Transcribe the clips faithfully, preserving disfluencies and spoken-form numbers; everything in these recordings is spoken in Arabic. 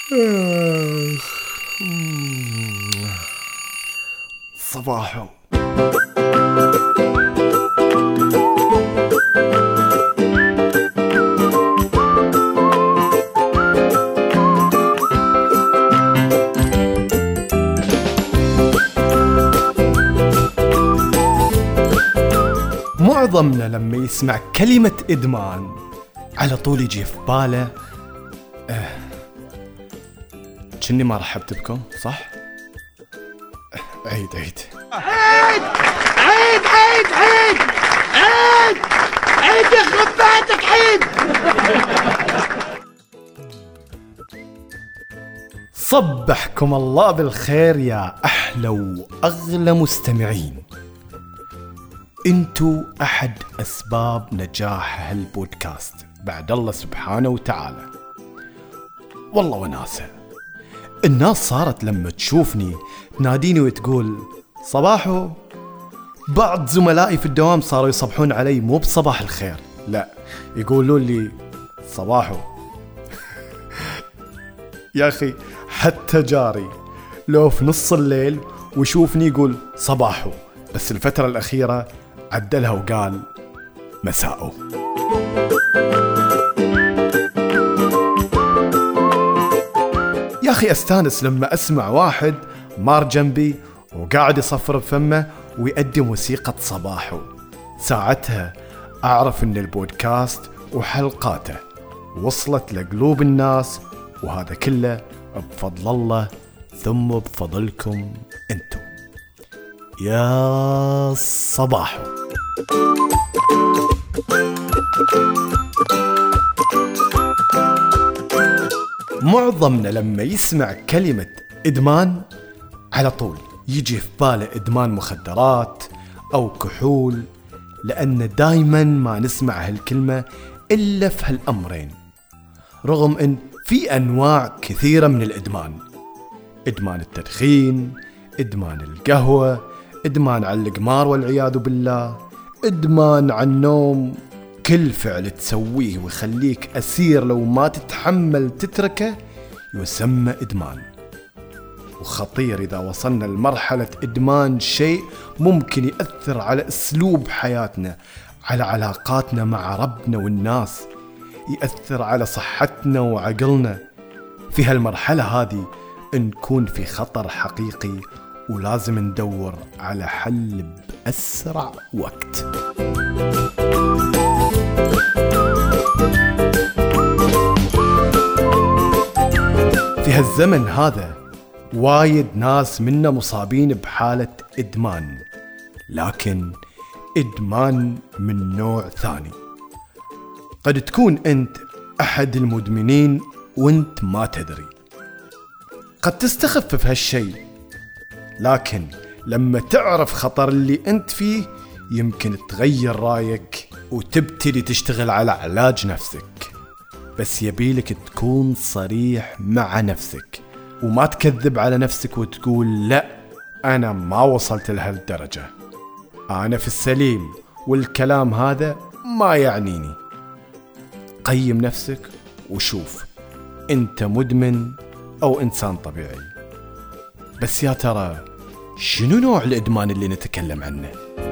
صباحو. معظمنا لما يسمع كلمة إدمان على طول يجي في باله أه كني ما رحبت بكم صح؟ أه عيد عيد عيد عيد عيد عيد عيد عيد يخرب بيتك عيد. صبحكم الله بالخير يا أحلى وأغلى مستمعين. انتو أحد أسباب نجاح هالبودكاست بعد الله سبحانه وتعالى. والله وناسة الناس صارت لما تشوفني تناديني وتقول صباحو. بعض زملائي في الدوام صاروا يصبحون علي مو بصباح الخير، لا يقولون لي صباحو. يا أخي حتى جاري لو في نص الليل ويشوفني يقول صباحو، بس الفترة الأخيرة عدلها وقال مساءو. يا أخي أستانس لما أسمع واحد مار جنبي وقاعد يصفر بفمه ويؤدي موسيقى صباحو. ساعتها أعرف أن البودكاست وحلقاته وصلت لقلوب الناس، وهذا كله بفضل الله ثم بفضلكم أنتم. يا صباحو. معظمنا لما يسمع كلمة إدمان على طول يجي في باله إدمان مخدرات أو كحول، لأن دايما ما نسمع هالكلمة إلا في هالأمرين، رغم أن في أنواع كثيرة من الإدمان: إدمان التدخين، إدمان القهوة، إدمان على القمار والعياذ بالله، إدمان على النوم. كل فعل تسويه ويخليك أسير لو ما تتحمل تتركه يسمى إدمان، وخطير إذا وصلنا لمرحلة إدمان شيء ممكن يأثر على أسلوب حياتنا، على علاقاتنا مع ربنا والناس، يأثر على صحتنا وعقلنا. في هالمرحلة هذه نكون في خطر حقيقي، ولازم ندور على حل بأسرع وقت. في هالزمن هذا وايد ناس منا مصابين بحالة إدمان، لكن إدمان من نوع ثاني. قد تكون أنت أحد المدمنين وأنت ما تدري، قد تستخف بهالشيء، لكن لما تعرف خطر اللي أنت فيه يمكن تغير رأيك وتبتدي تشتغل على علاج نفسك. بس يبيلك تكون صريح مع نفسك وما تكذب على نفسك وتقول لا أنا ما وصلت لهالدرجة، أنا في السليم والكلام هذا ما يعنيني. قيم نفسك وشوف أنت مدمن أو إنسان طبيعي. بس يا ترى شنو نوع الإدمان اللي نتكلم عنه؟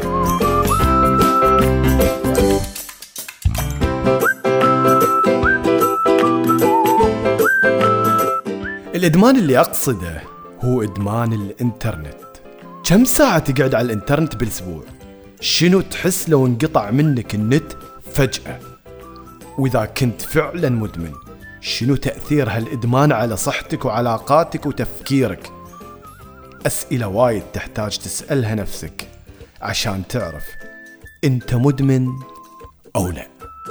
الإدمان اللي أقصده هو إدمان الإنترنت. كم ساعة تقعد على الإنترنت بالأسبوع؟ شنو تحس لو انقطع منك النت فجأة؟ وإذا كنت فعلا مدمن شنو تأثير هالإدمان على صحتك وعلاقاتك وتفكيرك؟ أسئلة وايد تحتاج تسألها نفسك عشان تعرف أنت مدمن أو لا.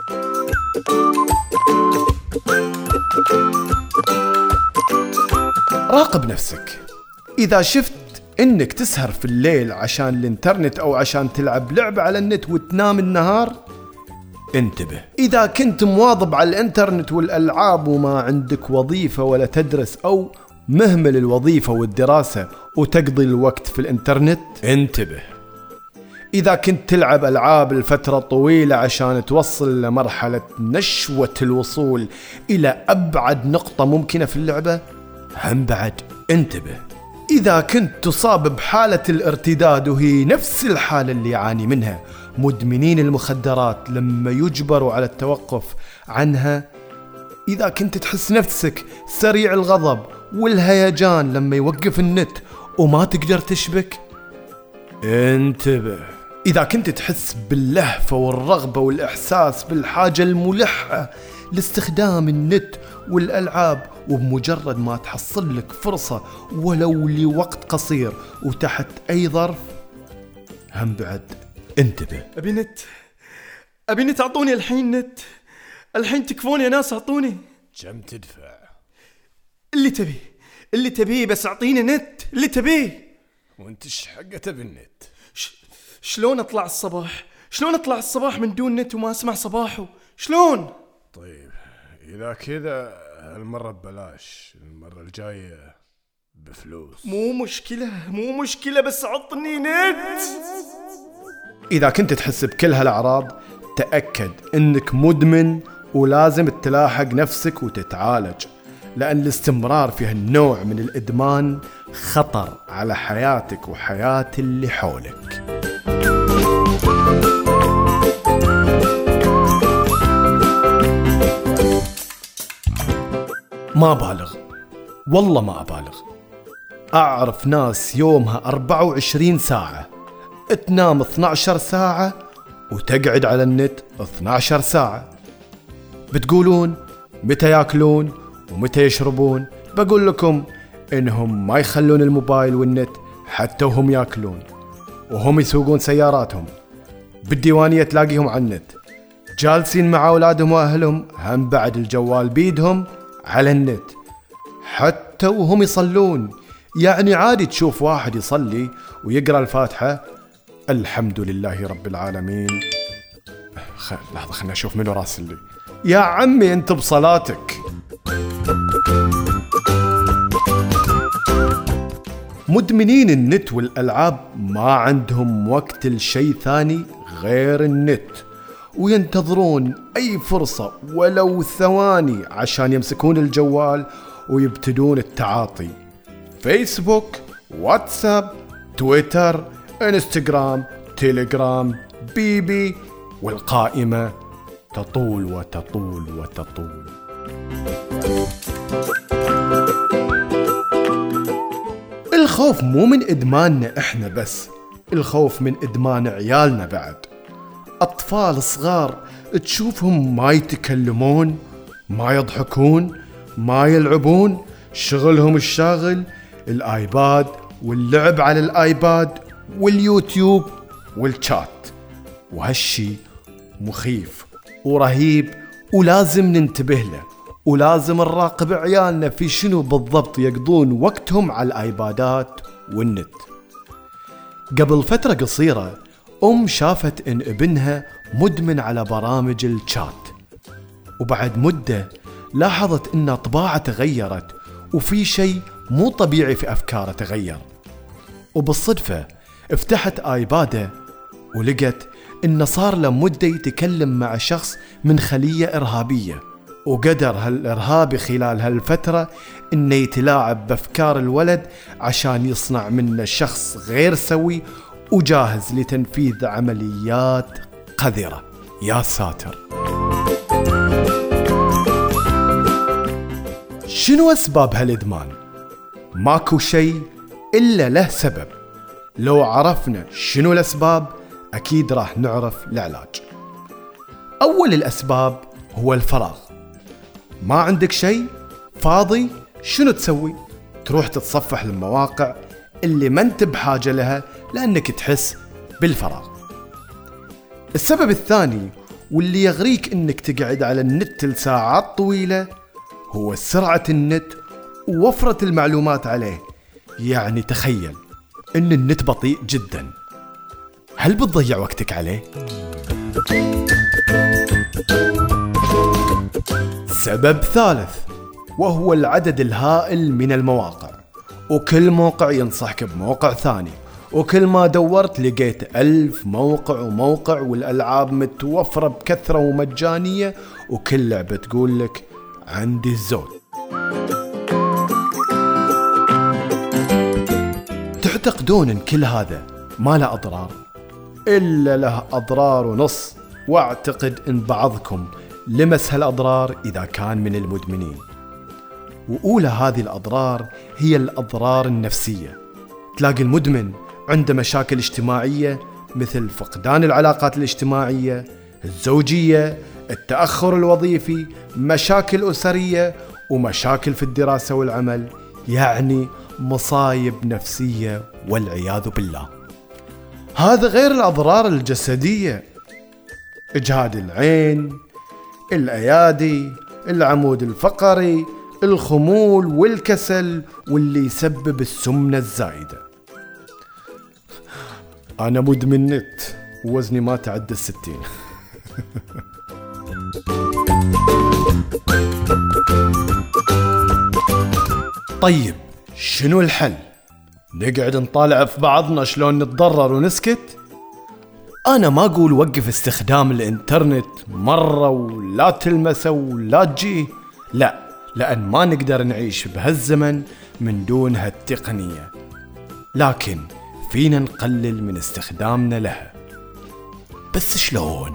راقب نفسك. إذا شفت إنك تسهر في الليل عشان الإنترنت أو عشان تلعب لعبة على النت وتنام النهار، انتبه. إذا كنت مواظب على الإنترنت والألعاب وما عندك وظيفة ولا تدرس، أو مهمل الوظيفة والدراسة وتقضي الوقت في الإنترنت، انتبه. إذا كنت تلعب ألعاب لفترة طويلة عشان توصل لمرحلة نشوة الوصول إلى أبعد نقطة ممكنة في اللعبة، هم بعد انتبه. إذا كنت تصاب بحالة الارتداد وهي نفس الحالة اللي يعاني منها مدمنين المخدرات لما يجبروا على التوقف عنها، إذا كنت تحس نفسك سريع الغضب والهيجان لما يوقف النت وما تقدر تشبك، انتبه. إذا كنت تحس باللهفة والرغبة والإحساس بالحاجة الملحة لاستخدام النت والألعاب، وبمجرد ما تحصل لك فرصة ولو لوقت قصير وتحت أي ظرف، هم بعد انتبه. أبي نت، أبي نت، أعطوني الحين نت، الحين تكفون يا ناس، أعطوني. كم تدفع؟ اللي تبيه، اللي تبيه، بس أعطيني نت اللي تبيه. وانت ايش حقته بالنت؟ ش... شلون أطلع الصباح؟ شلون أطلع الصباح من دون نت وما أسمع صباحه؟ شلون؟ طيب إذا كذا المرة ببلاش، المرة الجاية بفلوس. مو مشكلة، مو مشكلة، بس عطني نت. إذا كنت تحس بكل هالأعراض، تأكد إنك مدمن ولازم تلاحق نفسك وتتعالج، لأن الاستمرار في هالنوع من الإدمان خطر على حياتك وحياة اللي حولك. ما بالغ، والله ما أبالغ، أعرف ناس يومها أربعة وعشرين ساعة تنام اثنتي عشرة ساعة وتقعد على النت اثنتي عشرة ساعة. بتقولون متى ياكلون ومتى يشربون؟ بقول لكم إنهم ما يخلون الموبايل والنت حتى وهم ياكلون، وهم يسوقون سياراتهم بالديوانية تلاقيهم على النت، جالسين مع أولادهم وأهلهم هم بعد الجوال بيدهم على النت، حتى وهم يصلون. يعني عادي تشوف واحد يصلي ويقرأ الفاتحة الحمد لله رب العالمين. خ... لحظة خلنا نشوف منو راسل لي. يا عمي انت بصلاتك. مدمنين النت والألعاب ما عندهم وقت لشيء ثاني غير النت، وينتظرون أي فرصة ولو ثواني عشان يمسكون الجوال ويبتدون التعاطي. فيسبوك، واتساب، تويتر، انستغرام، تيليجرام، بيبي، والقائمة تطول وتطول وتطول. الخوف مو من إدماننا إحنا بس، الخوف من إدمان عيالنا بعد. أطفال صغار تشوفهم ما يتكلمون، ما يضحكون، ما يلعبون، شغلهم الشاغل الآيباد واللعب على الآيباد واليوتيوب والشات. وهالشي مخيف ورهيب ولازم ننتبه له، ولازم نراقب عيالنا في شنو بالضبط يقضون وقتهم على الآيبادات والنت. قبل فترة قصيرة أم شافت إن ابنها مدمن على برامج الشات، وبعد مدة لاحظت إن طباعه تغيرت وفي شيء مو طبيعي في أفكاره تغير. وبالصدفة افتحت آيباده ولقت إنه صار له مدة يتكلم مع شخص من خلية إرهابية، وقدر هالإرهابي خلال هالفترة إنه يتلاعب بأفكار الولد عشان يصنع منه شخص غير سوي وجاهز لتنفيذ عمليات قذرة. يا ساتر. شنو أسباب هالإدمان؟ ماكو شيء إلا له سبب. لو عرفنا شنو الأسباب أكيد راح نعرف العلاج. أول الأسباب هو الفراغ. ما عندك شيء فاضي، شنو تسوي؟ تروح تتصفح المواقع اللي ما انت بحاجة لها لأنك تحس بالفراغ. السبب الثاني واللي يغريك انك تقعد على النت لساعات طويلة هو سرعة النت ووفرة المعلومات عليه. يعني تخيل ان النت بطيء جدا، هل بتضيع وقتك عليه؟ سبب ثالث وهو العدد الهائل من المواقع، وكل موقع ينصحك بموقع ثاني، وكل ما دورت لقيت ألف موقع وموقع، والألعاب متوفرة بكثرة ومجانية، وكل لعبة تقول لك عندي الزود. تعتقدون ان كل هذا ما له أضرار؟ إلا له أضرار ونص، واعتقد ان بعضكم لمس هالأضرار إذا كان من المدمنين. وأولى هذه الأضرار هي الأضرار النفسية. تلاقي المدمن عنده مشاكل اجتماعية مثل فقدان العلاقات الاجتماعية، الزوجية، التأخر الوظيفي، مشاكل أسرية، ومشاكل في الدراسة والعمل، يعني مصايب نفسية والعياذ بالله. هذا غير الأضرار الجسدية: إجهاد العين، الأيادي، العمود الفقري، الخمول والكسل، واللي يسبب السمنة الزايدة. أنا مدمن نت ووزني ما تعدى الستين. طيب شنو الحل؟ نقعد نطالع في بعضنا شلون نتضرر ونسكت؟ أنا ما أقول وقف استخدام الإنترنت مرة ولا تلمسه ولا تجيه، لا، لأن ما نقدر نعيش بهالزمن من دون هالتقنية، لكن فينا نقلل من استخدامنا لها. بس شلون؟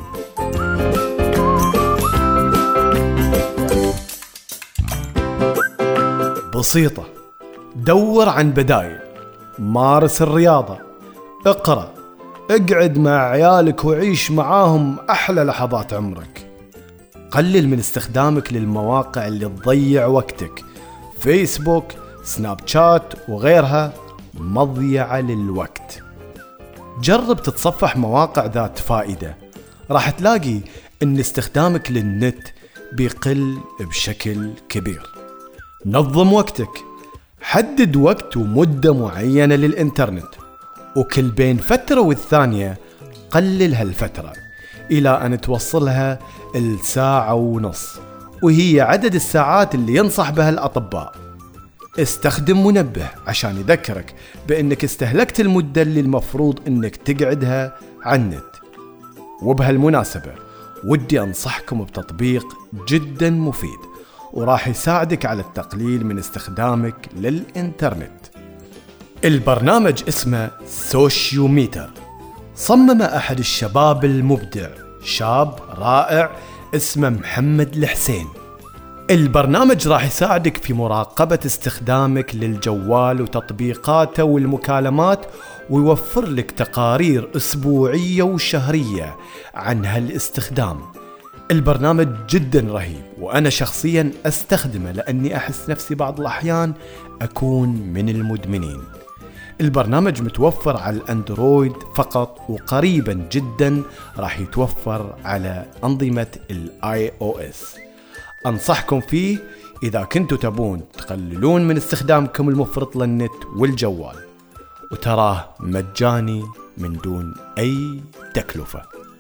بسيطة، دور عن بدايل، مارس الرياضة، اقرأ، اقعد مع عيالك وعيش معاهم أحلى لحظات عمرك. قلل من استخدامك للمواقع اللي تضيع وقتك، فيسبوك، سناب شات وغيرها مضيعة للوقت. جرب تتصفح مواقع ذات فائدة، راح تلاقي ان استخدامك للنت بيقل بشكل كبير. نظم وقتك، حدد وقت ومدة معينة للإنترنت، وكل بين فترة والثانية قلل هالفترة إلى أن توصلها الساعة ونص، وهي عدد الساعات اللي ينصح بها الأطباء. استخدم منبه عشان يذكرك بأنك استهلكت المدة اللي المفروض أنك تقعدها على النت. وبهالمناسبة ودي أنصحكم بتطبيق جدا مفيد وراح يساعدك على التقليل من استخدامك للإنترنت. البرنامج اسمه سوشيوميتر، صمم أحد الشباب المبدع، شاب رائع اسمه محمد الحسين. البرنامج راح يساعدك في مراقبة استخدامك للجوال وتطبيقاته والمكالمات، ويوفر لك تقارير أسبوعية وشهرية عن هالاستخدام. البرنامج جدا رهيب، وأنا شخصيا أستخدمه لأني أحس نفسي بعض الأحيان أكون من المدمنين. البرنامج متوفر على الأندرويد فقط، وقريبا جدا راح يتوفر على أنظمة الآي أو إس. أنصحكم فيه إذا كنتوا تبون تقللون من استخدامكم المفرط للنت والجوال، وتراه مجاني من دون أي تكلفة.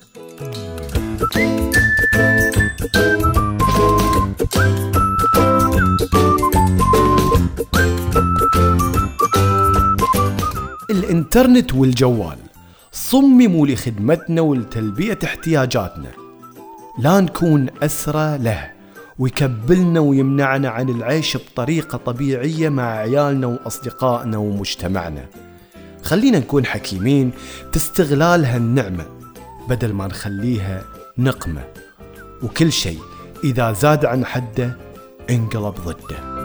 الإنترنت والجوال صمموا لخدمتنا ولتلبية احتياجاتنا، لا نكون أسرى له ويكبلنا ويمنعنا عن العيش بطريقة طبيعية مع عيالنا وأصدقائنا ومجتمعنا. خلينا نكون حكيمين في استغلال هالنعمة بدل ما نخليها نقمة، وكل شيء إذا زاد عن حده انقلب ضده.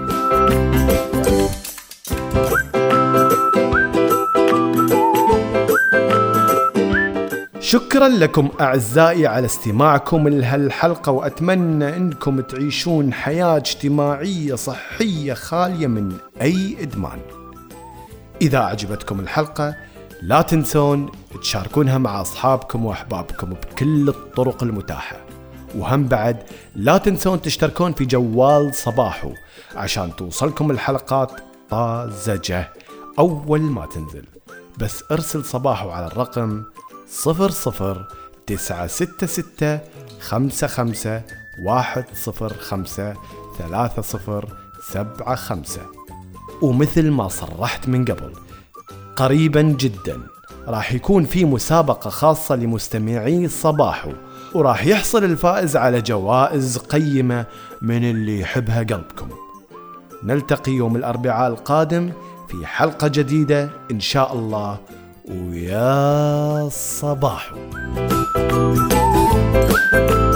شكرا لكم أعزائي على استماعكم لهالحلقة، وأتمنى أنكم تعيشون حياة اجتماعية صحية خالية من أي إدمان. إذا أعجبتكم الحلقة لا تنسون تشاركونها مع أصحابكم وأحبابكم بكل الطرق المتاحة، وهم بعد لا تنسون تشتركون في جوال صباحو عشان توصلكم الحلقات طازجة أول ما تنزل. بس أرسل صباحو على الرقم صفر صفر تسعة ستة ستة خمسة خمسة واحد صفر خمسة ثلاثة صفر سبعة خمسة. ومثل ما صرحت من قبل، قريبا جدا راح يكون في مسابقة خاصة لمستمعي صباحو، وراح يحصل الفائز على جوائز قيمة من اللي يحبها قلبكم. نلتقي يوم الأربعاء القادم في حلقة جديدة إن شاء الله، ويا صباحو.